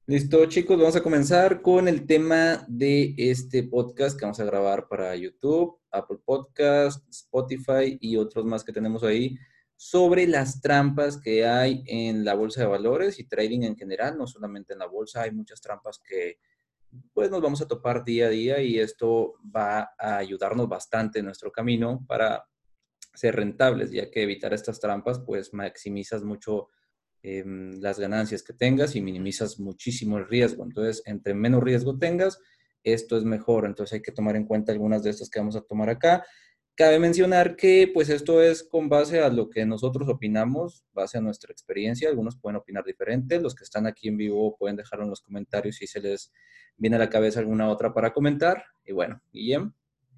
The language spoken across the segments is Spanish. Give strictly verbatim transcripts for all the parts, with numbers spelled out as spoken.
Listo, chicos, vamos a comenzar con el tema de este podcast que vamos a grabar para YouTube, Apple Podcast, Spotify y otros más que tenemos ahí sobre las trampas que hay en la bolsa de valores y trading en general, no solamente en la bolsa, hay muchas trampas que pues nos vamos a topar día a día y esto va a ayudarnos bastante en nuestro camino para ser rentables, ya que evitar estas trampas pues maximizas mucho eh, las ganancias que tengas y minimizas muchísimo el riesgo. Entonces, entre menos riesgo tengas, esto es mejor. Entonces, hay que tomar en cuenta algunas de estas que vamos a tomar acá. Cabe mencionar que pues esto es con base a lo que nosotros opinamos, base a nuestra experiencia. Algunos pueden opinar diferente. Los que están aquí en vivo pueden dejarlo en los comentarios si se les viene a la cabeza alguna otra para comentar. Y bueno, Guillem.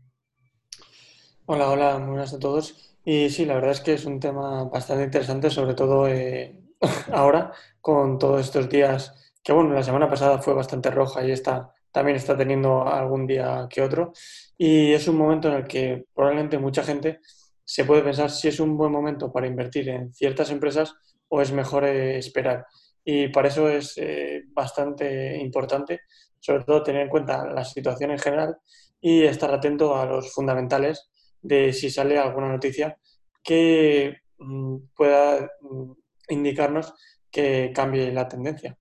Hola, hola, muy buenas a todos. Y sí, la verdad es que es un tema bastante interesante, sobre todo eh, ahora con todos estos días, que bueno, la semana pasada fue bastante roja y esta también está teniendo algún día que otro. Y es un momento en el que probablemente mucha gente se puede pensar si es un buen momento para invertir en ciertas empresas o es mejor eh, esperar. Y para eso es eh, bastante importante, sobre todo tener en cuenta la situación en general y estar atento a los fundamentales de si sale alguna noticia que mm, pueda mm, indicarnos que cambie la tendencia.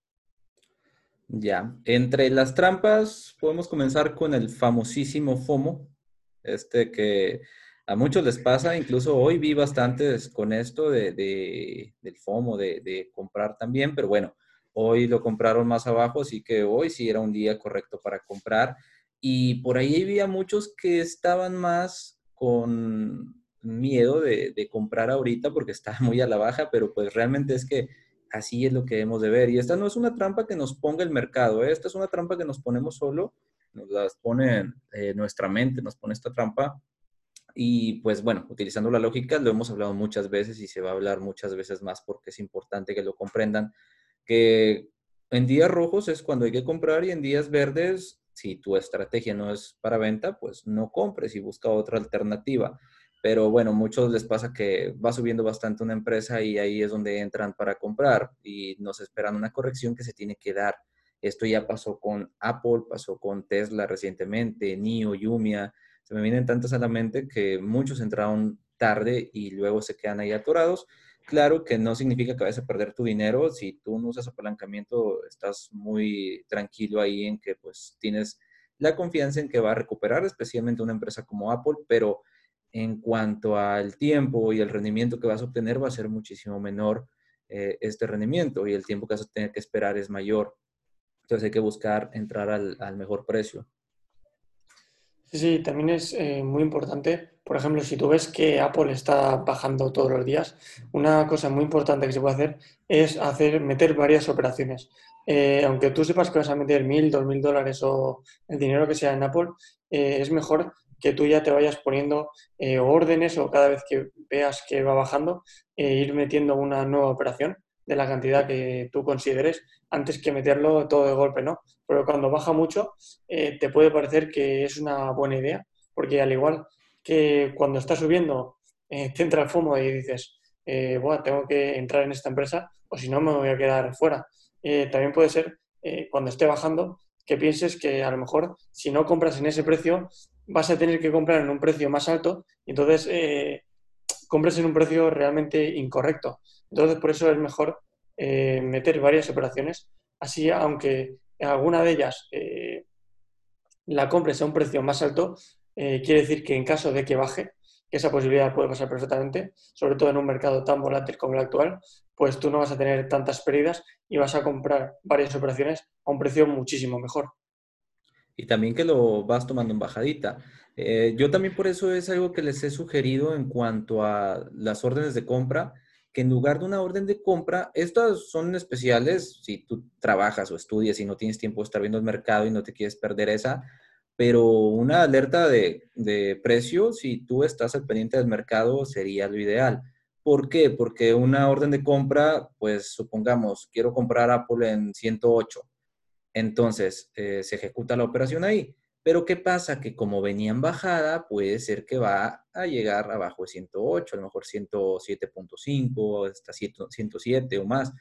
Ya, entre las trampas podemos comenzar con el famosísimo FOMO, este que a muchos les pasa, incluso hoy vi bastantes con esto de, de- del FOMO, de, de comprar también, pero bueno, hoy lo compraron más abajo, así que hoy sí era un día correcto para comprar. Y por ahí había muchos que estaban más con miedo de, de comprar ahorita porque está muy a la baja, pero pues realmente es que así es lo que debemos de ver. Y esta no es una trampa que nos ponga el mercado, ¿eh? Esta es una trampa que nos ponemos solo, nos las pone eh, nuestra mente, nos pone esta trampa. Y pues bueno, utilizando la lógica, lo hemos hablado muchas veces y se va a hablar muchas veces más porque es importante que lo comprendan, que en días rojos es cuando hay que comprar y en días verdes, si tu estrategia no es para venta, pues no compres y busca otra alternativa. Pero bueno, muchos les pasa que va subiendo bastante una empresa y ahí es donde entran para comprar y nos esperan una corrección que se tiene que dar. Esto ya pasó con Apple, pasó con Tesla recientemente, N I O, Jumia. Se me vienen tantas a la mente que muchos entraron tarde y luego se quedan ahí atorados. Claro que no significa que vayas a perder tu dinero. Si tú no usas apalancamiento, estás muy tranquilo ahí en que pues tienes la confianza en que va a recuperar, especialmente una empresa como Apple, pero en cuanto al tiempo y el rendimiento que vas a obtener va a ser muchísimo menor eh, este rendimiento y el tiempo que vas a tener que esperar es mayor. Entonces hay que buscar entrar al, al mejor precio. Sí, sí, también es eh, muy importante, por ejemplo, si tú ves que Apple está bajando todos los días, una cosa muy importante que se puede hacer es hacer, meter varias operaciones. Eh, aunque tú sepas que vas a meter mil, dos mil dólares o el dinero que sea en Apple, eh, es mejor que tú ya te vayas poniendo eh, órdenes o cada vez que veas que va bajando, eh, ir metiendo una nueva operación de la cantidad que tú consideres antes que meterlo todo de golpe, ¿no? Pero cuando baja mucho, eh, te puede parecer que es una buena idea, porque al igual que cuando está subiendo, eh, te entra el FOMO y dices, eh, "Buah, tengo que entrar en esta empresa o si no me voy a quedar fuera". Eh, también puede ser eh, cuando esté bajando que pienses que a lo mejor si no compras en ese precio vas a tener que comprar en un precio más alto y entonces eh, compres en un precio realmente incorrecto. Entonces por eso es mejor eh, meter varias operaciones, así aunque en alguna de ellas eh, la compres a un precio más alto, eh, quiere decir que en caso de que baje, que esa posibilidad puede pasar perfectamente, sobre todo en un mercado tan volátil como el actual, pues tú no vas a tener tantas pérdidas y vas a comprar varias operaciones a un precio muchísimo mejor. Y también que lo vas tomando en bajadita. Eh, yo también por eso es algo que les he sugerido en cuanto a las órdenes de compra, que en lugar de una orden de compra, estas son especiales si tú trabajas o estudias y no tienes tiempo de estar viendo el mercado y no te quieres perder esa, pero una alerta de, de precio, si tú estás al pendiente del mercado, sería lo ideal. ¿Por qué? Porque una orden de compra, pues supongamos, quiero comprar Apple en ciento ocho. Entonces, eh, se ejecuta la operación ahí. Pero ¿qué pasa? Que como venía en bajada, puede ser que va a llegar abajo de ciento ocho, a lo mejor ciento siete punto cinco, hasta ciento siete o más.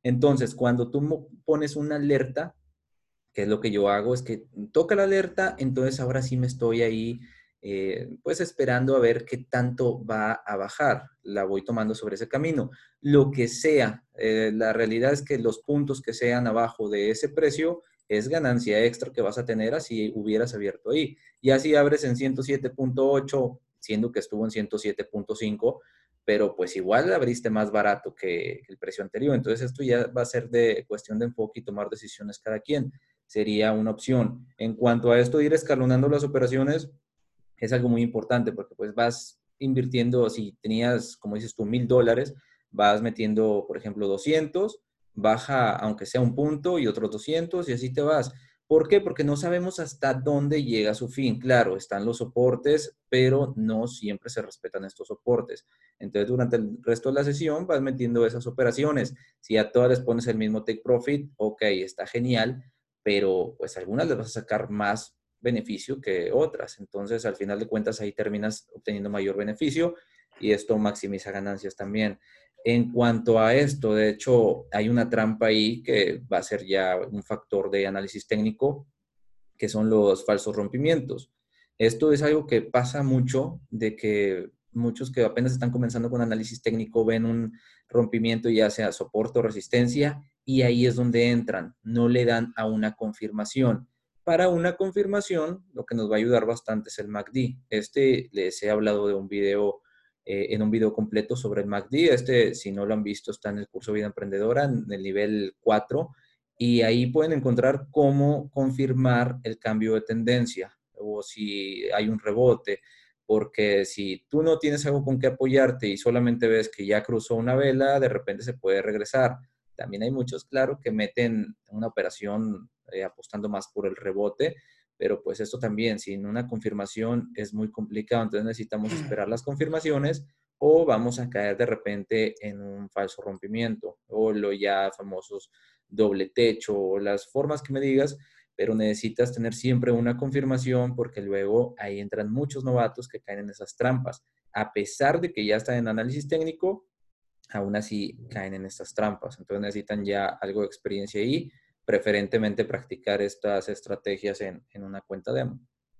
Entonces, cuando tú pones una alerta, que es lo que yo hago, es que toca la alerta, entonces ahora sí me estoy ahí, eh, pues esperando a ver qué tanto va a bajar. La voy tomando sobre ese camino. Lo que sea, eh, la realidad es que los puntos que sean abajo de ese precio es ganancia extra que vas a tener así hubieras abierto ahí. Y así abres en ciento siete punto ocho, siendo que estuvo en ciento siete punto cinco, pero pues igual abriste más barato que el precio anterior. Entonces esto ya va a ser de cuestión de enfoque y tomar decisiones cada quien. Sería una opción. En cuanto a esto de ir escalonando las operaciones, es algo muy importante porque pues vas invirtiendo, si tenías, como dices tú, mil dólares, vas metiendo, por ejemplo, doscientos, baja aunque sea un punto y otros doscientos y así te vas. ¿Por qué? Porque no sabemos hasta dónde llega su fin. Claro, están los soportes, pero no siempre se respetan estos soportes. Entonces, durante el resto de la sesión vas metiendo esas operaciones. Si a todas les pones el mismo take profit, ok, está genial, pero pues algunas les vas a sacar más beneficio que otras. Entonces, al final de cuentas, ahí terminas obteniendo mayor beneficio y esto maximiza ganancias también. En cuanto a esto, de hecho, hay una trampa ahí que va a ser ya un factor de análisis técnico, que son los falsos rompimientos. Esto es algo que pasa mucho, de que muchos que apenas están comenzando con análisis técnico ven un rompimiento, ya sea soporte o resistencia, y ahí es donde entran, no le dan a una confirmación. Para una confirmación, lo que nos va a ayudar bastante es el M A C D. Este les he hablado de un video, eh, en un video completo sobre el M A C D. Este, si no lo han visto, está en el curso Vida Emprendedora, en el nivel cuatro, y ahí pueden encontrar cómo confirmar el cambio de tendencia o si hay un rebote, porque si tú no tienes algo con qué apoyarte y solamente ves que ya cruzó una vela, de repente se puede regresar. También hay muchos, claro, que meten una operación eh, apostando más por el rebote, pero pues esto también, sin una confirmación es muy complicado, entonces necesitamos esperar las confirmaciones o vamos a caer de repente en un falso rompimiento o lo ya famosos doble techo o las formas que me digas, pero necesitas tener siempre una confirmación porque luego ahí entran muchos novatos que caen en esas trampas. A pesar de que ya están en análisis técnico, aún así caen en estas trampas. Entonces necesitan ya algo de experiencia ahí, preferentemente practicar estas estrategias en, en una cuenta demo.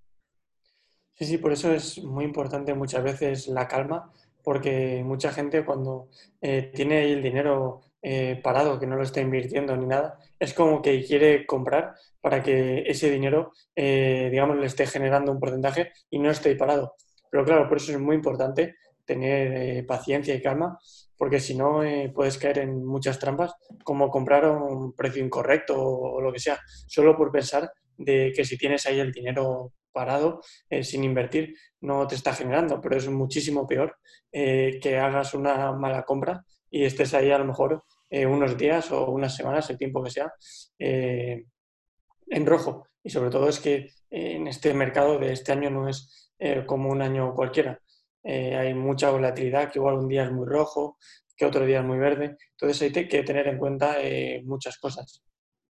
Sí, sí, por eso es muy importante muchas veces la calma, porque mucha gente cuando eh, tiene ahí el dinero eh, parado, que no lo está invirtiendo ni nada, es como que quiere comprar para que ese dinero, eh, digamos, le esté generando un porcentaje y no esté parado. Pero claro, por eso es muy importante tener eh, paciencia y calma, porque si no eh, puedes caer en muchas trampas, como comprar a un precio incorrecto o, o lo que sea, solo por pensar de que si tienes ahí el dinero parado, eh, sin invertir, no te está generando, pero es muchísimo peor eh, que hagas una mala compra y estés ahí a lo mejor eh, unos días o unas semanas, el tiempo que sea, eh, en rojo. Y sobre todo es que eh, en este mercado de este año no es eh, como un año cualquiera. Eh, hay mucha volatilidad, que igual un día es muy rojo, que otro día es muy verde. Entonces hay que tener en cuenta eh, muchas cosas.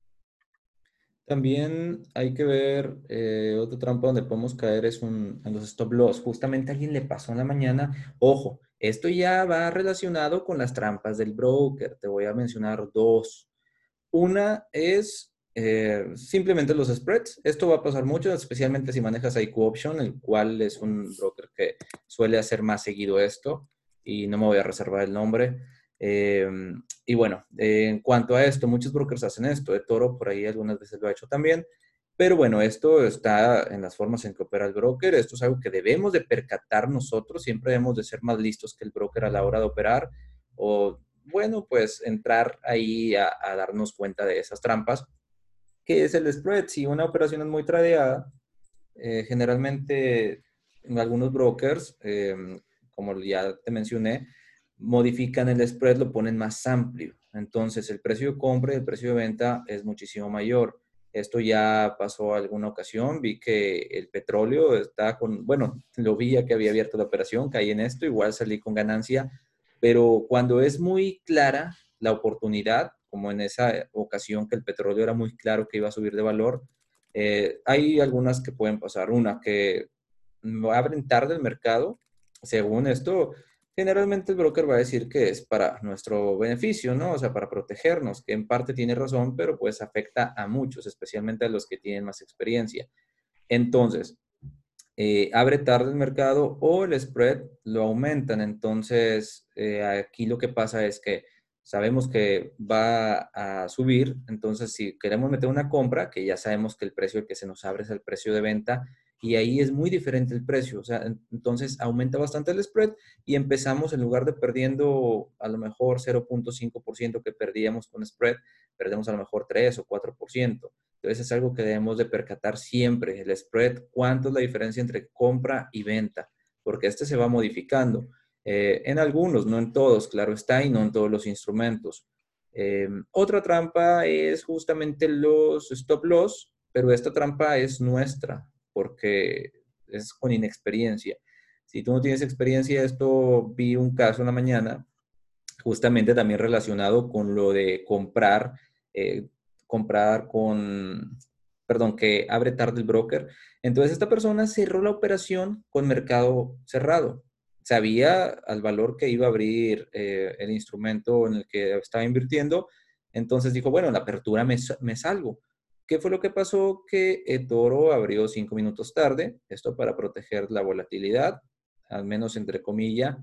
También hay que ver, eh, otra trampa donde podemos caer es un, en los stop loss. Justamente a alguien le pasó en la mañana. Ojo, esto ya va relacionado con las trampas del broker. Te voy a mencionar dos. Una es eh, simplemente los spreads. Esto va a pasar mucho, especialmente si manejas I Q Option, el cual es un broker que suele hacer más seguido esto y no me voy a reservar el nombre. Eh, y bueno, eh, en cuanto a esto, muchos brokers hacen esto. De Toro por ahí algunas veces lo ha hecho también. Pero bueno, esto está en las formas en que opera el broker. Esto es algo que debemos de percatar nosotros. Siempre debemos de ser más listos que el broker a la hora de operar o bueno, pues entrar ahí a, a darnos cuenta de esas trampas. ¿Qué es el spread? Si una operación es muy tradeada, eh, generalmente en algunos brokers, eh, como ya te mencioné, modifican el spread, lo ponen más amplio. Entonces el precio de compra y el precio de venta es muchísimo mayor. Esto ya pasó alguna ocasión, vi que el petróleo está con, bueno, lo vi ya que había abierto la operación, caí en esto, igual salí con ganancia, pero cuando es muy clara la oportunidad, como en esa ocasión que el petróleo era muy claro que iba a subir de valor, eh, hay algunas que pueden pasar. Una, que abren tarde el mercado. Según esto, Generalmente el broker va a decir que es para nuestro beneficio, ¿no? O sea, para protegernos, que en parte tiene razón, pero pues afecta a muchos, especialmente a los que tienen más experiencia. Entonces, eh, abre tarde el mercado o el spread lo aumentan. Entonces, eh, aquí lo que pasa es que sabemos que va a subir. Entonces, si queremos meter una compra, que ya sabemos que el precio que se nos abre es el precio de venta, y ahí es muy diferente el precio. O sea, entonces aumenta bastante el spread y empezamos en lugar de perdiendo a lo mejor cero punto cinco por ciento que perdíamos con spread, perdemos a lo mejor tres o cuatro por ciento. Entonces es algo que debemos de percatar siempre, el spread, cuánto es la diferencia entre compra y venta, porque este se va modificando. Eh, en algunos, no en todos, claro está, y no en todos los instrumentos. Eh, otra trampa es justamente los stop loss, pero esta trampa es nuestra, porque es con inexperiencia. Si tú no tienes experiencia, esto vi un caso en la mañana, justamente también relacionado con lo de comprar, eh, comprar con, perdón, que abre tarde el broker. Entonces esta persona cerró la operación con mercado cerrado. Sabía al valor que iba a abrir eh, el instrumento en el que estaba invirtiendo. Entonces dijo, bueno, en la apertura me, me salgo. ¿Qué fue lo que pasó? Que eToro abrió cinco minutos tarde, esto para proteger la volatilidad, al menos entre comillas,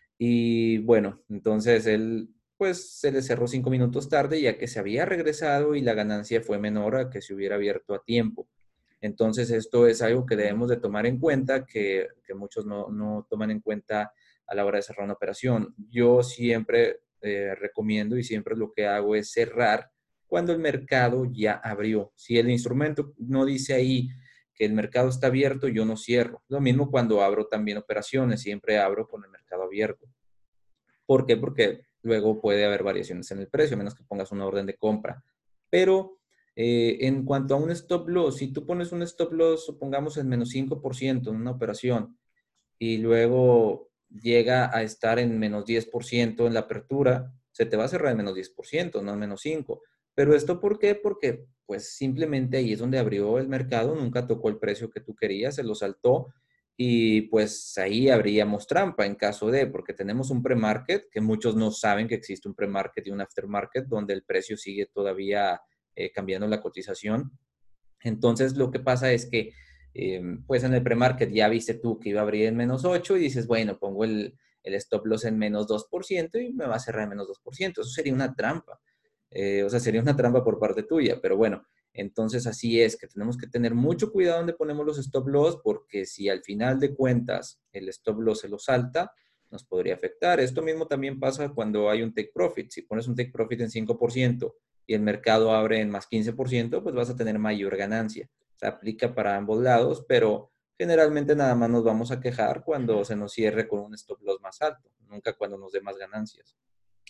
y bueno, entonces él pues se le cerró cinco minutos tarde ya que se había regresado y la ganancia fue menor a que se hubiera abierto a tiempo. Entonces esto es algo que debemos de tomar en cuenta, que, que muchos no, no, toman en cuenta a la hora de cerrar una operación. Yo siempre eh, recomiendo y siempre lo que hago es cerrar cuando el mercado ya abrió. Si el instrumento no dice ahí que el mercado está abierto, yo no cierro. Lo mismo cuando abro también operaciones, siempre abro con el mercado abierto. ¿Por qué? Porque luego puede haber variaciones en el precio, a menos que pongas una orden de compra. Pero eh, en cuanto a un stop loss, si tú pones un stop loss, supongamos en menos cinco por ciento en una operación y luego llega a estar en menos diez por ciento en la apertura, se te va a cerrar en menos diez por ciento, no en menos cinco por ciento. Pero esto, ¿por qué? Porque pues simplemente ahí es donde abrió el mercado, nunca tocó el precio que tú querías, se lo saltó y pues ahí habríamos trampa en caso de, porque tenemos un pre-market, que muchos no saben que existe un pre-market y un aftermarket, donde el precio sigue todavía eh, cambiando la cotización. Entonces lo que pasa es que eh, pues en el pre-market ya viste tú que iba a abrir en menos ocho y dices, bueno, pongo el, el stop loss en menos dos por ciento y me va a cerrar en menos dos por ciento. Eso sería una trampa. Eh, o sea, sería una trampa por parte tuya, pero bueno, entonces así es que tenemos que tener mucho cuidado donde ponemos los stop loss, porque si al final de cuentas el stop loss se lo salta, nos podría afectar. Esto mismo también pasa cuando hay un take profit. Si pones un take profit en cinco por ciento y el mercado abre en más quince por ciento, pues vas a tener mayor ganancia. Se aplica para ambos lados, pero generalmente nada más nos vamos a quejar cuando se nos cierre con un stop loss más alto, nunca cuando nos dé más ganancias.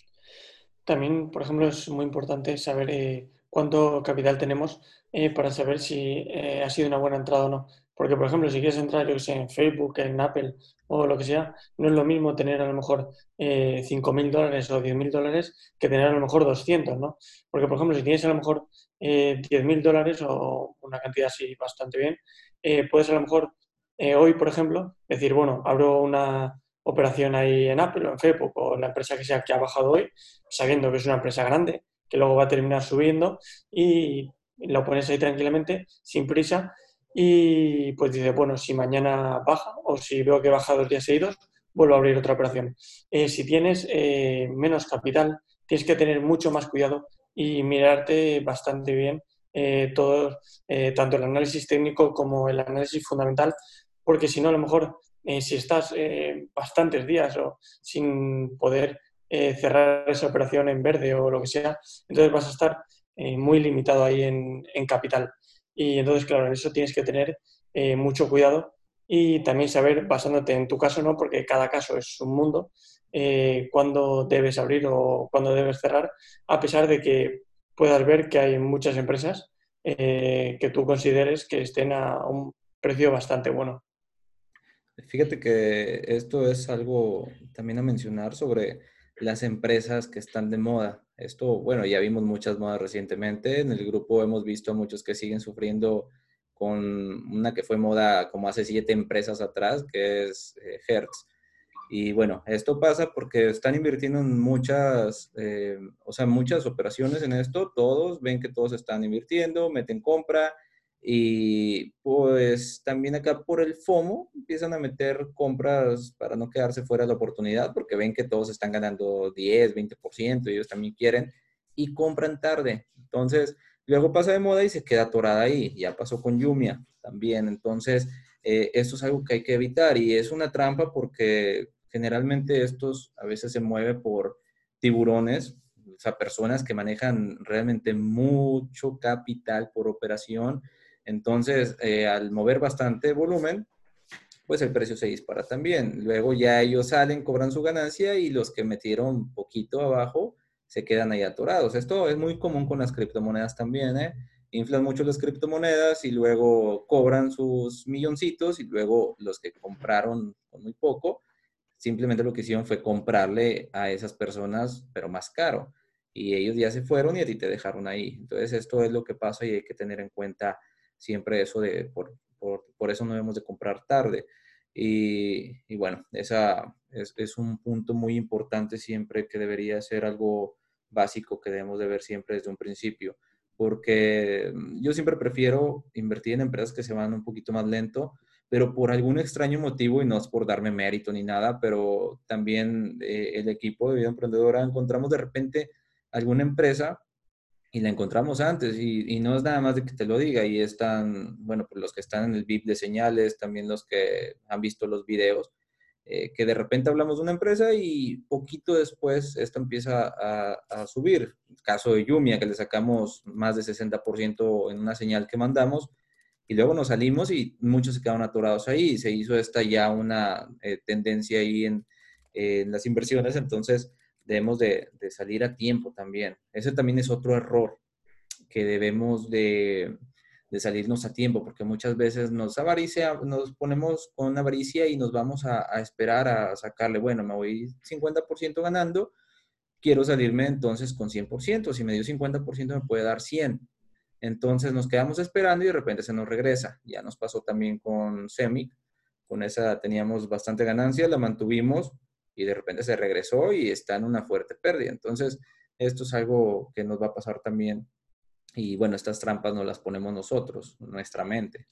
También, por ejemplo, es muy importante saber eh, cuánto capital tenemos eh, para saber si eh, ha sido una buena entrada o no. Porque, por ejemplo, si quieres entrar, yo que sé, en Facebook, en Apple o lo que sea, no es lo mismo tener a lo mejor eh, cinco mil dólares o diez mil dólares que tener a lo mejor doscientos, ¿no? Porque, por ejemplo, si tienes a lo mejor eh, diez mil dólares o una cantidad así bastante bien, eh, puedes a lo mejor eh, hoy, por ejemplo, decir, bueno, abro una operación ahí en Apple o en Facebook o en la empresa que sea que ha bajado hoy, sabiendo que es una empresa grande, que luego va a terminar subiendo y lo pones ahí tranquilamente, sin prisa, y pues dices, bueno, si mañana baja o si veo que baja dos días seguidos, vuelvo a abrir otra operación. Eh, si tienes eh, menos capital, tienes que tener mucho más cuidado y mirarte bastante bien eh, todo, eh, tanto el análisis técnico como el análisis fundamental, porque si no, a lo mejor, eh, si estás eh, bastantes días o sin poder eh, cerrar esa operación en verde o lo que sea, entonces vas a estar eh, muy limitado ahí en, en, capital. Y entonces, claro, en eso tienes que tener eh, mucho cuidado y también saber, basándote en tu caso, ¿no? Porque cada caso es un mundo, eh, cuándo debes abrir o cuándo debes cerrar, a pesar de que puedas ver que hay muchas empresas eh, que tú consideres que estén a un precio bastante bueno. Fíjate que esto es algo también a mencionar sobre las empresas que están de moda. Esto, bueno, ya vimos muchas modas recientemente. En el grupo hemos visto a muchos que siguen sufriendo con una que fue moda como hace siete empresas atrás, que es eh, Hertz. Y bueno, esto pasa porque están invirtiendo en muchas, eh, o sea, muchas operaciones en esto. Todos ven que todos están invirtiendo, meten compra y pues también acá por el FOMO empiezan a meter compras para no quedarse fuera de la oportunidad porque ven que todos están ganando diez, veinte por ciento y ellos también quieren y compran tarde. Entonces, luego pasa de moda y se queda atorada ahí. Ya pasó con Jumia también. Entonces, eh, esto es algo que hay que evitar y es una trampa porque generalmente estos a veces se mueve por tiburones, o sea, personas que manejan realmente mucho capital por operación. Entonces, eh, al mover bastante volumen, pues el precio se dispara también. Luego ya ellos salen, cobran su ganancia y los que metieron poquito abajo se quedan ahí atorados. Esto es muy común con las criptomonedas también, ¿eh? Inflan mucho las criptomonedas y luego cobran sus milloncitos y luego los que compraron con muy poco, simplemente lo que hicieron fue comprarle a esas personas, pero más caro. Y ellos ya se fueron y a ti te dejaron ahí. Entonces esto es lo que pasa y hay que tener en cuenta siempre eso de, por, por, por eso no debemos de comprar tarde. Y, y bueno, esa es, es, un punto muy importante siempre que debería ser algo básico que debemos de ver siempre desde un principio, porque yo siempre prefiero invertir en empresas que se van un poquito más lento, pero por algún extraño motivo, y no es por darme mérito ni nada, pero también eh, el equipo de Vida Emprendedora encontramos de repente alguna empresa y la encontramos antes y, y, no es nada más de que te lo diga y están, bueno, pues los que están en el V I P de señales, también los que han visto los videos, eh, que de repente hablamos de una empresa y poquito después esto empieza a, a subir. El caso de Jumia, que le sacamos más de sesenta por ciento en una señal que mandamos y luego nos salimos y muchos se quedaron atorados ahí y se hizo esta ya una eh, tendencia ahí en, eh, en las inversiones, entonces debemos de, de, salir a tiempo también. Ese también es otro error que debemos de, de salirnos a tiempo, porque muchas veces nos avaricia, nos ponemos con avaricia y nos vamos a, a esperar a sacarle, bueno, me voy cincuenta por ciento ganando, quiero salirme entonces con cien por ciento, si me dio cincuenta por ciento me puede dar cien. Entonces nos quedamos esperando y de repente se nos regresa. Ya nos pasó también con Semic, con esa teníamos bastante ganancia, la mantuvimos y de repente se regresó y está en una fuerte pérdida. Entonces, esto es algo que nos va a pasar también. Y bueno, estas trampas no las ponemos nosotros, nuestra mente.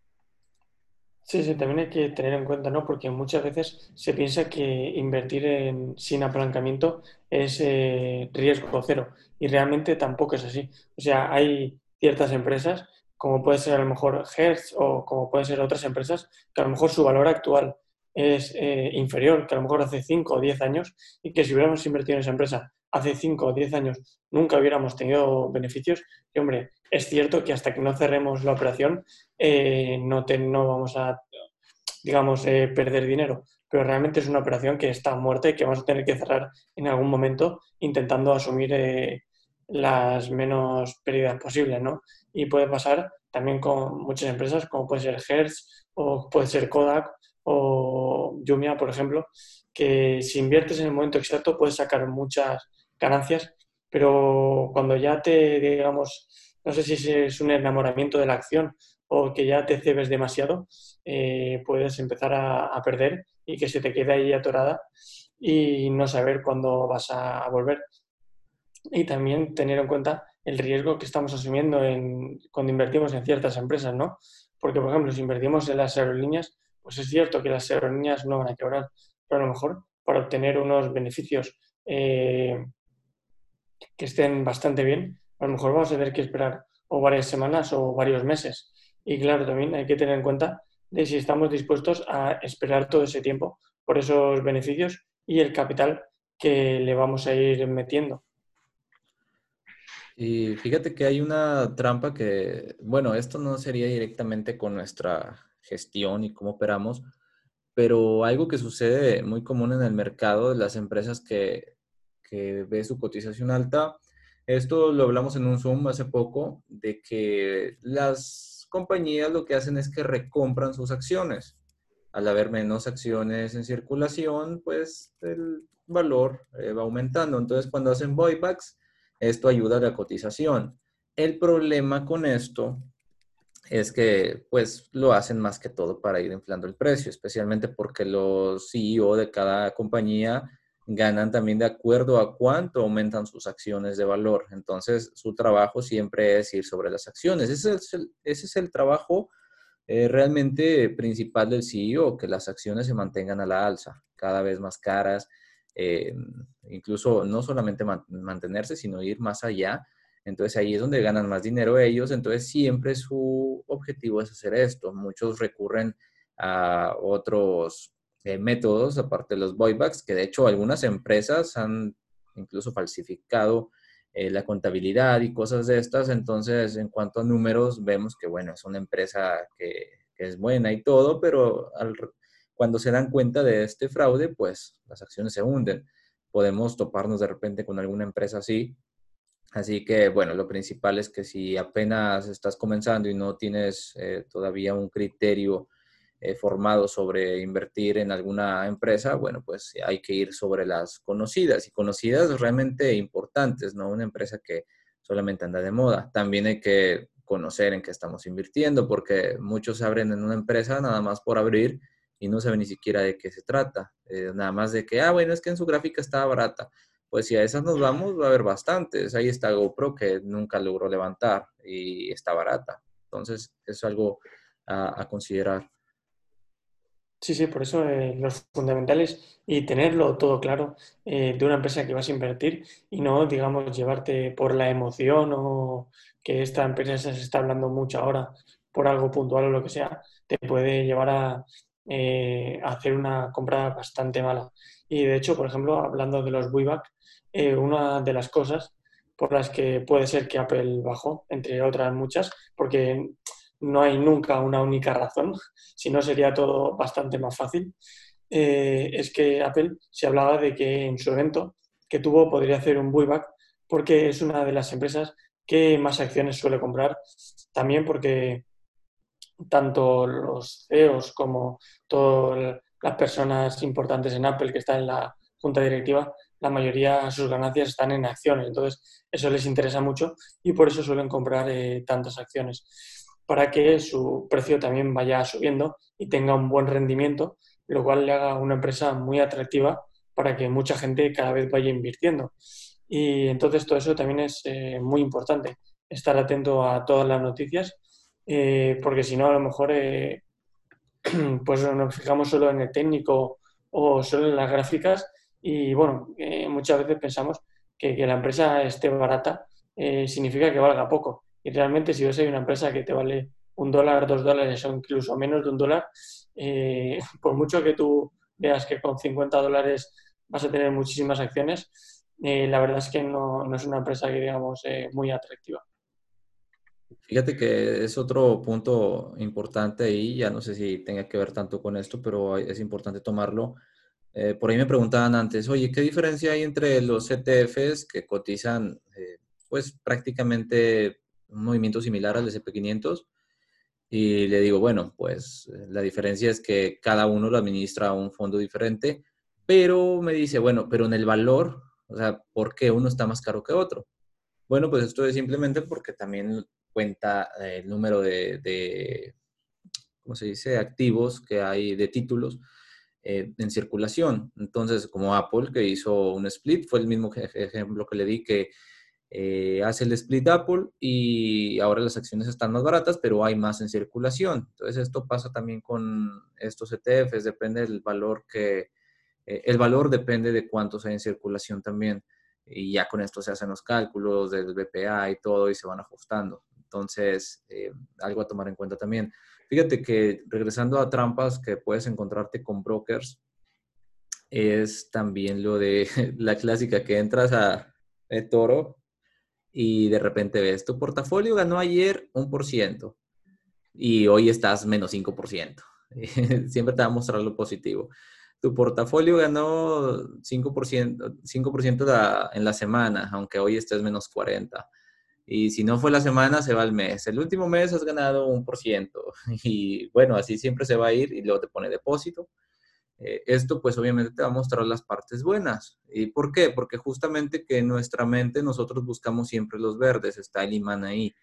Sí, sí, también hay que tener en cuenta, ¿no? Porque muchas veces se piensa que invertir en, sin apalancamiento es eh, riesgo cero y realmente tampoco es así. O sea, hay ciertas empresas, como puede ser a lo mejor Hertz o como pueden ser otras empresas, que a lo mejor su valor actual es eh, inferior, que a lo mejor hace cinco o diez años y que si hubiéramos invertido en esa empresa hace cinco o diez años nunca hubiéramos tenido beneficios. Y hombre, es cierto que hasta que no cerremos la operación eh, no, te, no vamos a, digamos, eh, perder dinero, pero realmente es una operación que está muerta y que vamos a tener que cerrar en algún momento intentando asumir eh, las menos pérdidas posibles, ¿no? Y puede pasar también con muchas empresas como puede ser Hertz o puede ser Kodak o Jumia, por ejemplo, que si inviertes en el momento exacto puedes sacar muchas ganancias, pero cuando ya te, digamos, no sé si es un enamoramiento de la acción o que ya te cebes demasiado, eh, puedes empezar a, a, perder y que se te quede ahí atorada y no saber cuándo vas a, a volver. Y también tener en cuenta el riesgo que estamos asumiendo en, cuando invertimos en ciertas empresas, ¿no? Porque, por ejemplo, si invertimos en las aerolíneas, pues es cierto que las aerolíneas no van a quebrar, pero a lo mejor para obtener unos beneficios eh, que estén bastante bien, a lo mejor vamos a tener que esperar o varias semanas o varios meses. Y claro, también hay que tener en cuenta de si estamos dispuestos a esperar todo ese tiempo por esos beneficios y el capital que le vamos a ir metiendo. Y fíjate que hay una trampa que, bueno, esto no sería directamente con nuestra gestión y cómo operamos, pero algo que sucede muy común en el mercado de las empresas que, que ve su cotización alta, esto lo hablamos en un Zoom hace poco, de que las compañías lo que hacen es que recompran sus acciones. Al haber menos acciones en circulación, pues el valor eh, va aumentando. Entonces, cuando hacen buybacks, esto ayuda a la cotización. El problema con esto es que pues lo hacen más que todo para ir inflando el precio, especialmente porque los C E O de cada compañía ganan también de acuerdo a cuánto aumentan sus acciones de valor. Entonces, su trabajo siempre es ir sobre las acciones. Ese es el, ese es el trabajo eh, realmente principal del C E O, que las acciones se mantengan a la alza, cada vez más caras, eh, incluso no solamente man mantenerse, sino ir más allá. Entonces ahí es donde ganan más dinero ellos. Entonces siempre su objetivo es hacer esto. Muchos recurren a otros eh, métodos, aparte de los buybacks, que de hecho algunas empresas han incluso falsificado eh, la contabilidad y cosas de estas. Entonces, en cuanto a números, vemos que, bueno, es una empresa que, que es buena y todo, pero al, cuando se dan cuenta de este fraude, pues las acciones se hunden. Podemos toparnos de repente con alguna empresa así. Así que, bueno, lo principal es que si apenas estás comenzando y no tienes eh, todavía un criterio eh, formado sobre invertir en alguna empresa, bueno, pues hay que ir sobre las conocidas y conocidas realmente importantes, no una empresa que solamente anda de moda. También hay que conocer en qué estamos invirtiendo, porque muchos abren en una empresa nada más por abrir y no saben ni siquiera de qué se trata. Eh, nada más de que, ah, bueno, es que en su gráfica estaba barata. Pues si a esas nos vamos, va a haber bastantes. Ahí está GoPro que nunca logró levantar y está barata. Entonces, es algo a, a considerar. Sí, sí, por eso eh, los fundamentales y tenerlo todo claro eh, de una empresa que vas a invertir y no, digamos, llevarte por la emoción o que esta empresa se está hablando mucho ahora por algo puntual o lo que sea, te puede llevar a, eh, a hacer una compra bastante mala. Y de hecho, por ejemplo, hablando de los buyback, eh, una de las cosas por las que puede ser que Apple bajó, entre otras muchas, porque no hay nunca una única razón, si no sería todo bastante más fácil, eh, es que Apple se hablaba de que en su evento que tuvo podría hacer un buyback porque es una de las empresas que más acciones suele comprar, también porque tanto los C E Os como todas las personas importantes en Apple que están en la junta directiva, la mayoría sus ganancias están en acciones, entonces eso les interesa mucho y por eso suelen comprar eh, tantas acciones, para que su precio también vaya subiendo y tenga un buen rendimiento, lo cual le haga una empresa muy atractiva para que mucha gente cada vez vaya invirtiendo. Y entonces todo eso también es eh, muy importante, estar atento a todas las noticias, eh, porque si no, a lo mejor eh, pues nos fijamos solo en el técnico o solo en las gráficas y bueno, eh, muchas veces pensamos que, que la empresa esté barata eh, significa que valga poco. Y realmente si ves hay una empresa que te vale un dólar, dos dólares o incluso menos de un dólar, eh, por mucho que tú veas que con cincuenta dólares vas a tener muchísimas acciones, eh, la verdad es que no, no es una empresa que digamos eh, muy atractiva. Fíjate que es otro punto importante ahí, ya no sé si tenga que ver tanto con esto, pero es importante tomarlo. Eh, por ahí me preguntaban antes, oye, ¿qué diferencia hay entre los E T Fs que cotizan eh, pues prácticamente un movimiento similar al S and P quinientos? Y le digo, bueno, pues eh, la diferencia es que cada uno lo administra a un fondo diferente, pero me dice, bueno, pero en el valor, o sea, ¿por qué uno está más caro que otro? Bueno, pues esto es simplemente porque también cuenta eh, el número de, de, ¿cómo se dice?, activos que hay de títulos eh, en circulación. Entonces, como Apple, que hizo un split, fue el mismo ejemplo que le di, que eh, hace el split Apple y ahora las acciones están más baratas, pero hay más en circulación. Entonces, esto pasa también con estos E T Fs, depende del valor que, eh, el valor depende de cuántos hay en circulación también. Y ya con esto se hacen los cálculos del B P A y todo y se van ajustando. Entonces, eh, algo a tomar en cuenta también. Fíjate que regresando a trampas que puedes encontrarte con brokers, es también lo de la clásica que entras a Toro y de repente ves tu portafolio ganó ayer un por ciento y hoy estás menos cinco por ciento. Siempre te va a mostrar lo positivo. Tu portafolio ganó cinco por ciento, cinco por ciento la, en la semana, aunque hoy estés menos cuarenta. Y si no fue la semana, se va el mes. El último mes has ganado un por ciento. Y bueno, así siempre se va a ir y luego te pone depósito. Eh, esto pues obviamente te va a mostrar las partes buenas. ¿Y por qué? Porque justamente que en nuestra mente nosotros buscamos siempre los verdes, está el imán ahí.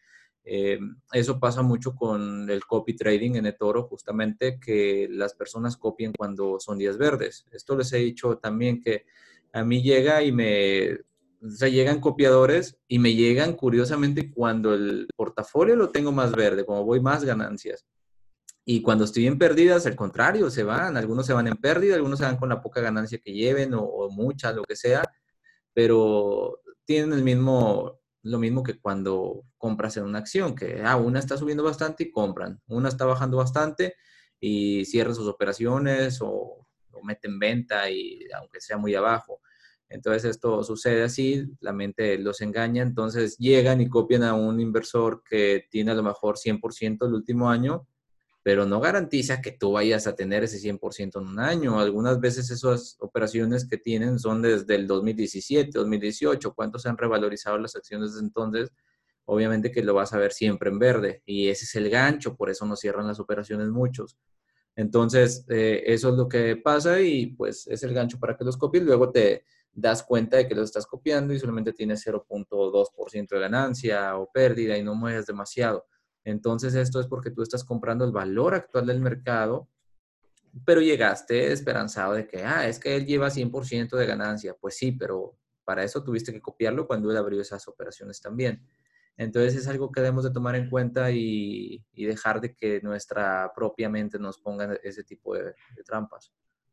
Eh, eso pasa mucho con el copy trading en eToro, justamente que las personas copian cuando son días verdes. Esto les he dicho también que a mí llega y me, o sea, llegan copiadores y me llegan curiosamente cuando el portafolio lo tengo más verde, como voy más ganancias. Y cuando estoy en pérdidas, al contrario, se van. Algunos se van en pérdida, algunos se van con la poca ganancia que lleven o, o mucha, lo que sea, pero tienen el mismo, lo mismo que cuando compras en una acción, que ah, una está subiendo bastante y compran, una está bajando bastante y cierran sus operaciones o, o meten venta y aunque sea muy abajo. Entonces esto sucede así, la mente los engaña, entonces llegan y copian a un inversor que tiene a lo mejor cien por ciento el último año, pero no garantiza que tú vayas a tener ese cien por ciento en un año. Algunas veces esas operaciones que tienen son desde el dos mil diecisiete, dos mil dieciocho, cuánto se han revalorizado las acciones desde entonces. Obviamente que lo vas a ver siempre en verde y ese es el gancho, por eso no cierran las operaciones muchos. Entonces, eh, eso es lo que pasa y pues es el gancho para que los copies. Luego te das cuenta de que los estás copiando y solamente tienes cero punto dos por ciento de ganancia o pérdida y no mueves demasiado. Entonces, esto es porque tú estás comprando el valor actual del mercado, pero llegaste esperanzado de que, ah, es que él lleva cien por ciento de ganancia. Pues sí, pero para eso tuviste que copiarlo cuando él abrió esas operaciones también. Entonces es algo que debemos de tomar en cuenta y, y dejar de que nuestra propia mente nos ponga ese tipo de, de trampas.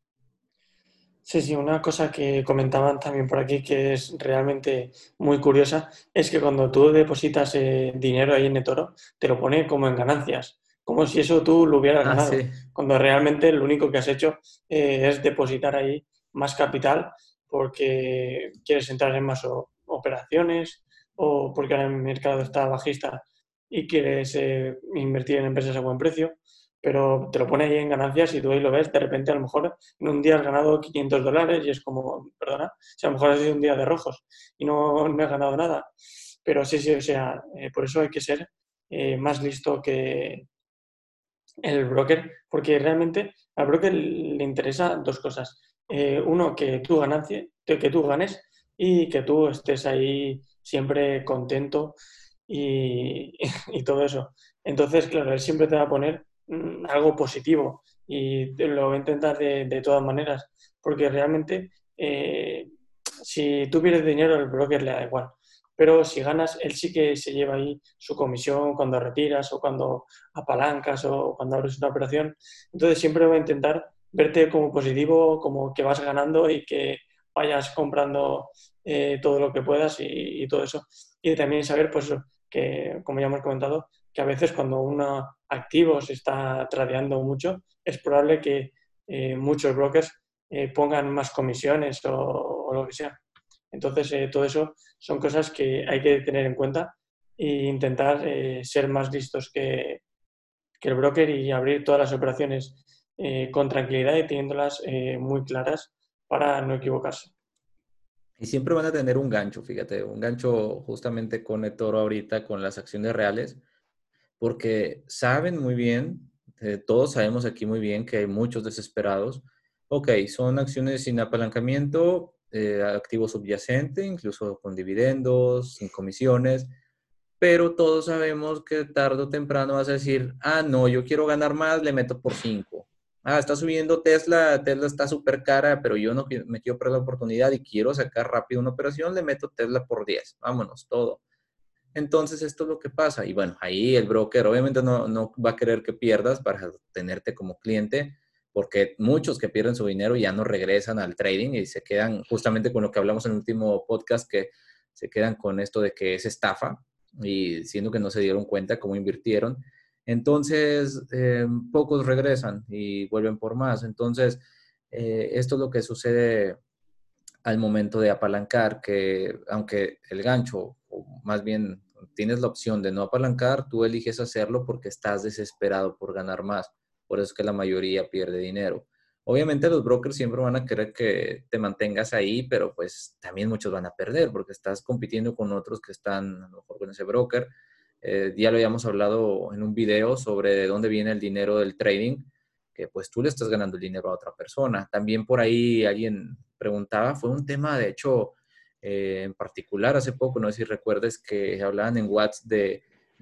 Sí, sí, una cosa que comentaban también por aquí que es realmente muy curiosa es que cuando tú depositas eh, dinero ahí en eToro, te lo pone como en ganancias, como si eso tú lo hubieras Ah, ganado, sí. cuando realmente lo único que has hecho eh, es depositar ahí más capital porque quieres entrar en más o- operaciones o porque ahora el mercado está bajista y quieres eh, invertir en empresas a buen precio, pero te lo pone ahí en ganancias y tú ahí lo ves, de repente a lo mejor en un día has ganado quinientos dólares y es como, perdona, si a lo mejor ha sido un día de rojos y no, no has ganado nada. Pero sí, sí, o sea, eh, por eso hay que ser eh, más listo que el broker, porque realmente al broker le interesa dos cosas. Eh, uno, que tú, ganancia, que, que tú ganes y que tú estés ahí siempre contento y, y todo eso. Entonces, claro, él siempre te va a poner mm, algo positivo y te lo va a intentar de, de todas maneras, porque realmente eh, si tú pierdes dinero, el broker le da igual. Pero si ganas, él sí que se lleva ahí su comisión cuando retiras o cuando apalancas o cuando abres una operación. Entonces siempre va a intentar verte como positivo, como que vas ganando y que vayas comprando eh, todo lo que puedas y, y todo eso. Y también saber, pues, eso, que como ya hemos comentado, que a veces cuando un activo se está tradeando mucho, es probable que eh, muchos brokers eh, pongan más comisiones o, o lo que sea. Entonces, eh, todo eso son cosas que hay que tener en cuenta e intentar eh, ser más listos que, que, el broker y abrir todas las operaciones eh, con tranquilidad y teniéndolas eh, muy claras para no equivocarse. Y siempre van a tener un gancho, fíjate, un gancho justamente con eToro ahorita, con las acciones reales, porque saben muy bien, eh, todos sabemos aquí muy bien que hay muchos desesperados. Ok, son acciones sin apalancamiento, eh, activo subyacente, incluso con dividendos, sin comisiones, pero todos sabemos que tarde o temprano vas a decir, ah, no, yo quiero ganar más, le meto por cinco. Ah, está subiendo Tesla, Tesla está súper cara, pero yo no me quiero perder la oportunidad y quiero sacar rápido una operación, le meto Tesla por diez. Vámonos, todo. Entonces, esto es lo que pasa. Y bueno, ahí el broker obviamente no, no va a querer que pierdas para tenerte como cliente, porque muchos que pierden su dinero ya no regresan al trading y se quedan justamente con lo que hablamos en el último podcast, que se quedan con esto de que es estafa y siendo que no se dieron cuenta cómo invirtieron. Entonces, eh, pocos regresan y vuelven por más. Entonces, eh, esto es lo que sucede al momento de apalancar, que aunque el gancho, o más bien tienes la opción de no apalancar, tú eliges hacerlo porque estás desesperado por ganar más. Por eso es que la mayoría pierde dinero. Obviamente los brokers siempre van a querer que te mantengas ahí, pero pues también muchos van a perder porque estás compitiendo con otros que están a lo mejor con ese broker. Eh, ya lo habíamos hablado en un video sobre de dónde viene el dinero del trading, que pues tú le estás ganando el dinero a otra persona. También por ahí alguien preguntaba, fue un tema de hecho eh, en particular hace poco, no sé si recuerdes que hablaban en WhatsApp de,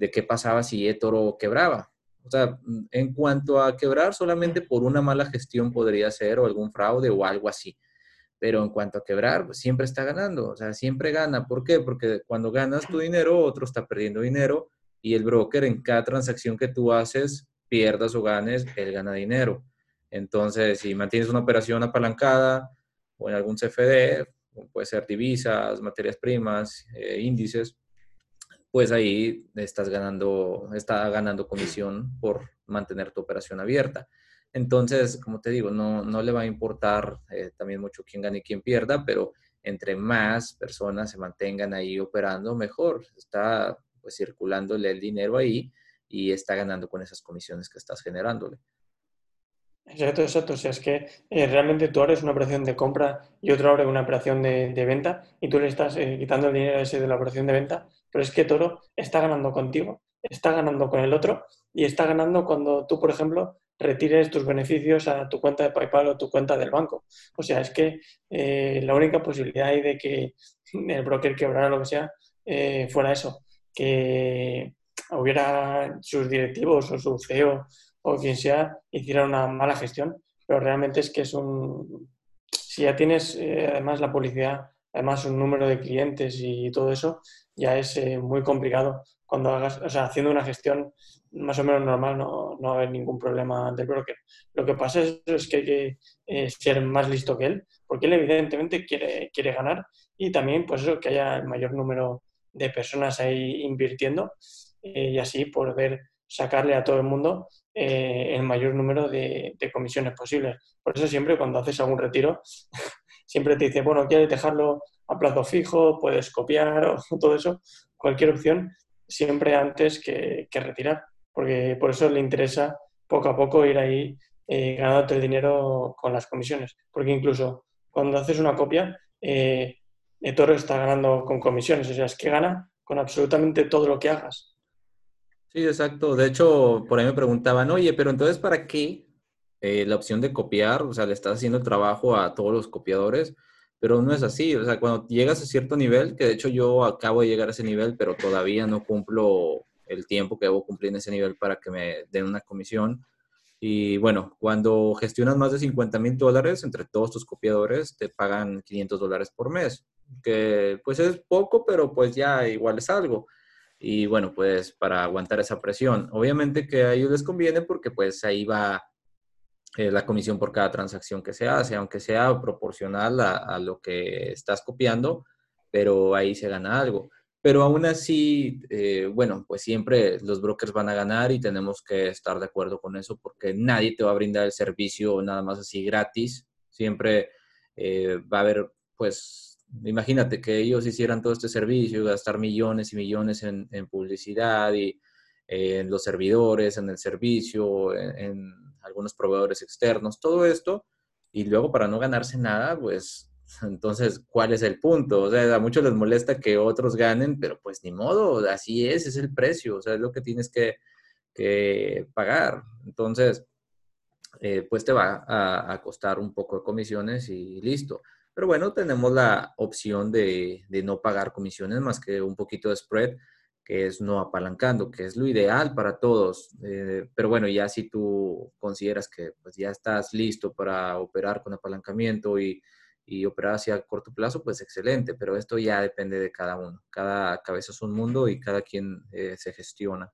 de qué pasaba si eToro quebraba. O sea, en cuanto a quebrar, solamente por una mala gestión podría ser o algún fraude o algo así. Pero en cuanto a quebrar, pues siempre está ganando, o sea, siempre gana. ¿Por qué? Porque cuando ganas tu dinero, otro está perdiendo dinero y el broker en cada transacción que tú haces, pierdas o ganes, él gana dinero. Entonces, si mantienes una operación apalancada o en algún C F D, puede ser divisas, materias primas, eh, índices, pues ahí estás ganando, está ganando comisión por mantener tu operación abierta. Entonces, como te digo, no, no le va a importar eh, también mucho quién gane y quién pierda, pero entre más personas se mantengan ahí operando, mejor. Está pues circulándole el dinero ahí y está ganando con esas comisiones que estás generándole. Exacto, exacto. O sea, es que eh, realmente tú abres una operación de compra y otro abre una operación de, de venta y tú le estás eh, quitando el dinero ese de la operación de venta, pero es que Toro está ganando contigo, está ganando con el otro y está ganando cuando tú, por ejemplo, retires tus beneficios a tu cuenta de PayPal o tu cuenta del banco. O sea, es que eh, la única posibilidad ahí de que el broker quebrara o lo que sea eh, fuera eso, que hubiera sus directivos o su C E O o quien sea hiciera una mala gestión, pero realmente es que es un... Si ya tienes eh, además la publicidad, además un número de clientes y todo eso, ya es eh, muy complicado. Cuando hagas, o sea, haciendo una gestión más o menos normal no, no va a haber ningún problema del broker. Lo que pasa es, es que hay que eh, ser más listo que él, porque él evidentemente quiere, quiere ganar y también pues eso, que haya el mayor número de personas ahí invirtiendo eh, y así poder sacarle a todo el mundo eh, el mayor número de, de, comisiones posibles. Por eso siempre cuando haces algún retiro, siempre te dice, bueno, quieres dejarlo a plazo fijo, puedes copiar o todo eso, cualquier opción, siempre antes que, que retirar, porque por eso le interesa poco a poco ir ahí eh, ganándote el dinero con las comisiones, porque incluso cuando haces una copia, eh, eToro está ganando con comisiones, o sea, es que gana con absolutamente todo lo que hagas. Sí, exacto. De hecho, por ahí me preguntaban, oye, pero entonces, ¿para qué eh, la opción de copiar? O sea, le estás haciendo el trabajo a todos los copiadores, pero no es así. O sea, cuando llegas a cierto nivel, que de hecho yo acabo de llegar a ese nivel, pero todavía no cumplo el tiempo que debo cumplir en ese nivel para que me den una comisión. Y bueno, cuando gestionas más de cincuenta mil dólares entre todos tus copiadores, te pagan quinientos dólares por mes, que pues es poco, pero pues ya igual es algo. Y bueno, pues para aguantar esa presión. Obviamente que a ellos les conviene porque pues ahí va eh, la comisión por cada transacción que se hace, aunque sea proporcional a, a lo que estás copiando, pero ahí se gana algo. Pero aún así, eh, bueno, pues siempre los brokers van a ganar y tenemos que estar de acuerdo con eso porque nadie te va a brindar el servicio nada más así gratis. Siempre eh, va a haber, pues, imagínate que ellos hicieran todo este servicio, gastar millones y millones en, en publicidad y eh, en los servidores, en el servicio, en, en algunos proveedores externos, todo esto, y luego para no ganarse nada, pues entonces, ¿cuál es el punto? O sea, a muchos les molesta que otros ganen, pero pues ni modo, así es, es el precio, o sea, es lo que tienes que, que pagar. Entonces, eh, pues te va a, a, costar un poco de comisiones y listo. Pero bueno, tenemos la opción de, de no pagar comisiones más que un poquito de spread, que es no apalancando, que es lo ideal para todos. Eh, pero bueno, ya si tú consideras que pues ya estás listo para operar con apalancamiento y, y operar hacia corto plazo, pues excelente, pero esto ya depende de cada uno. Cada cabeza es un mundo y cada quien eh, se gestiona.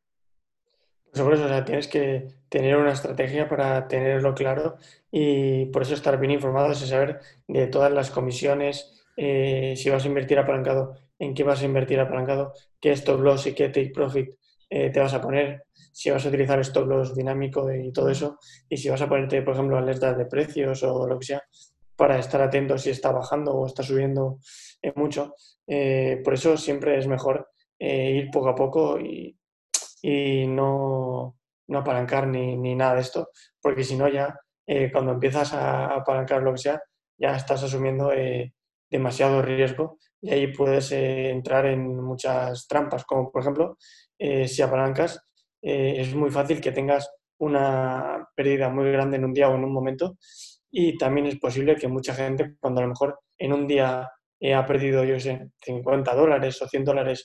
Sobre eso, o sea, tienes que tener una estrategia para tenerlo claro y por eso estar bien informados y saber de todas las comisiones, eh, si vas a invertir apalancado, en qué vas a invertir apalancado, qué stop loss y qué take profit eh, te vas a poner, si vas a utilizar stop loss dinámico y todo eso, y si vas a ponerte, por ejemplo, alertas de precios o lo que sea, para estar atento si está bajando o está subiendo eh, mucho. Eh, por eso siempre es mejor eh, ir poco a poco y y no, no apalancar ni, ni nada de esto, porque si no ya eh, cuando empiezas a apalancar lo que sea, ya estás asumiendo eh, demasiado riesgo y ahí puedes eh, entrar en muchas trampas, como por ejemplo, eh, si apalancas, eh, es muy fácil que tengas una pérdida muy grande en un día o en un momento y también es posible que mucha gente cuando a lo mejor en un día eh, ha perdido, yo sé, cincuenta dólares o cien dólares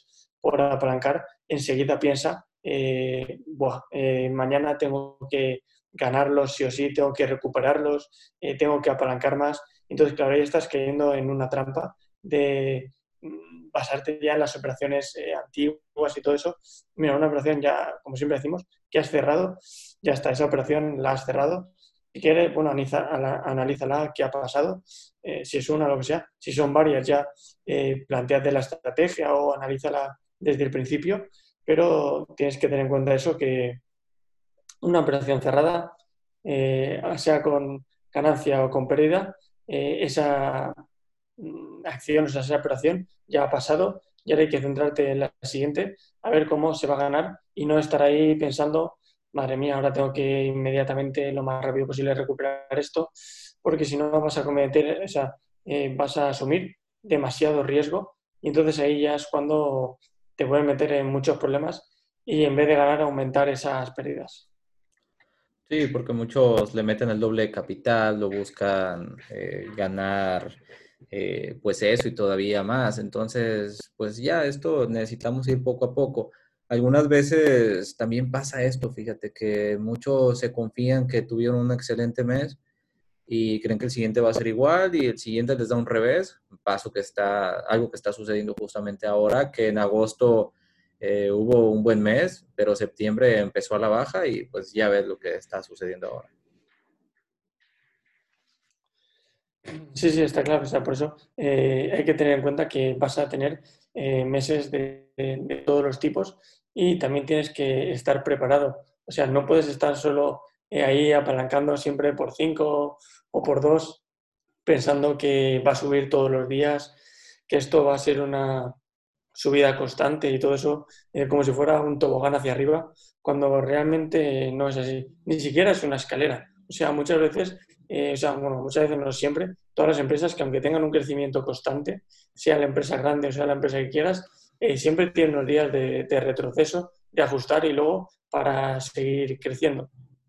por apalancar, enseguida piensa, eh, Buah, eh, mañana tengo que ganarlos sí o sí, tengo que recuperarlos, eh, tengo que apalancar más. Entonces, claro, ahí estás cayendo en una trampa de mm, basarte ya en las operaciones eh, antiguas y todo eso. Mira, una operación ya, como siempre decimos, que has cerrado, ya está, esa operación la has cerrado. Si quieres, bueno, analiza, analízala, qué ha pasado, eh, si es una o lo que sea. Si son varias, ya eh, planteate la estrategia o analízala desde el principio, pero tienes que tener en cuenta eso, que una operación cerrada, eh, sea con ganancia o con pérdida, eh, esa mm, acción, o sea, esa operación ya ha pasado y ahora hay que centrarte en la siguiente, a ver cómo se va a ganar y no estar ahí pensando, madre mía, ahora tengo que inmediatamente, lo más rápido posible, recuperar esto, porque si no vas a cometer, o sea, eh, vas a asumir demasiado riesgo y entonces ahí ya es cuando te puedes meter en muchos problemas y en vez de ganar, aumentar esas pérdidas. Sí, porque muchos le meten el doble de capital, lo buscan eh, ganar, eh, pues eso y todavía más. Entonces, pues ya esto necesitamos ir poco a poco. Algunas veces también pasa esto, fíjate, que muchos se confían que tuvieron un excelente mes y creen que el siguiente va a ser igual y el siguiente les da un revés, paso que está, algo que está sucediendo justamente ahora, que en agosto eh, hubo un buen mes, pero septiembre empezó a la baja y pues ya ves lo que está sucediendo ahora. Sí, sí, está claro. O sea, por eso eh, hay que tener en cuenta que vas a tener eh, meses de, de- de todos los tipos y también tienes que estar preparado. O sea, no puedes estar solo eh, ahí apalancando siempre por cinco o por dos, pensando que va a subir todos los días, que esto va a ser una subida constante y todo eso, eh, como si fuera un tobogán hacia arriba, cuando realmente no es así. Ni siquiera es una escalera. O sea, muchas veces, eh, o sea, bueno, muchas veces no siempre, todas las empresas que aunque tengan un crecimiento constante, sea la empresa grande o sea la empresa que quieras, eh, siempre tienen unos días de, de retroceso, de ajustar y luego para seguir creciendo.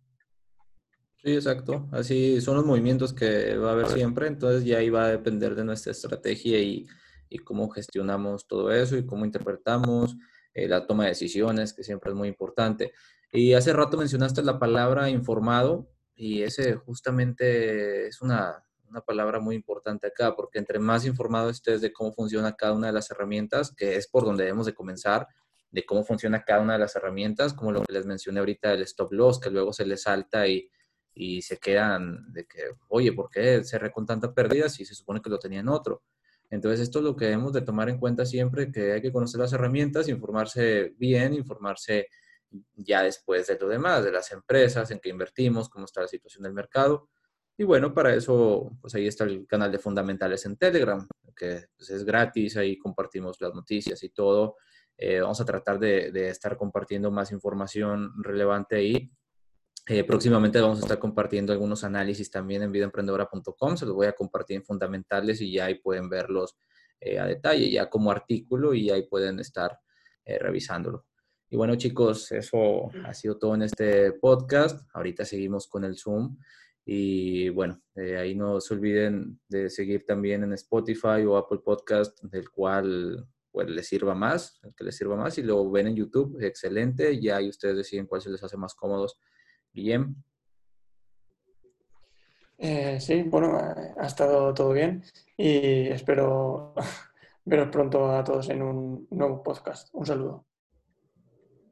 Sí, exacto. Así son los movimientos que va a haber siempre, entonces ya ahí va a depender de nuestra estrategia y, y cómo gestionamos todo eso y cómo interpretamos eh, la toma de decisiones, que siempre es muy importante. Y hace rato mencionaste la palabra informado y ese justamente es una, una palabra muy importante acá, porque entre más informado estés de cómo funciona cada una de las herramientas, que es por donde debemos de comenzar, de cómo funciona cada una de las herramientas, como lo que les mencioné ahorita del stop loss, que luego se les salta y y se quedan de que, oye, ¿por qué cerré con tanta pérdida si se supone que lo tenía en otro? Entonces, esto es lo que debemos de tomar en cuenta siempre, que hay que conocer las herramientas, informarse bien, informarse ya después de lo demás, de las empresas, en qué invertimos, cómo está la situación del mercado. Y bueno, para eso, pues ahí está el canal de Fundamentales en Telegram, que pues, es gratis, ahí compartimos las noticias y todo. Eh, vamos a tratar de, de estar compartiendo más información relevante ahí. Eh, próximamente vamos a estar compartiendo algunos análisis también en vida emprendedora punto com. Se los voy a compartir en fundamentales y ya ahí pueden verlos eh, a detalle, ya como artículo y ahí pueden estar eh, revisándolo. Y bueno, chicos, eso ha sido todo en este podcast. Ahorita seguimos con el Zoom. Y bueno, eh, ahí no se olviden de seguir también en Spotify o Apple Podcast, del cual pues les sirva más, el que les sirva más. Y lo ven en YouTube, excelente. Ya ahí ustedes deciden cuál se les hace más cómodos. Guillem, Eh, sí, bueno, eh, ha estado todo bien y espero veros pronto a todos en un nuevo podcast. Un saludo.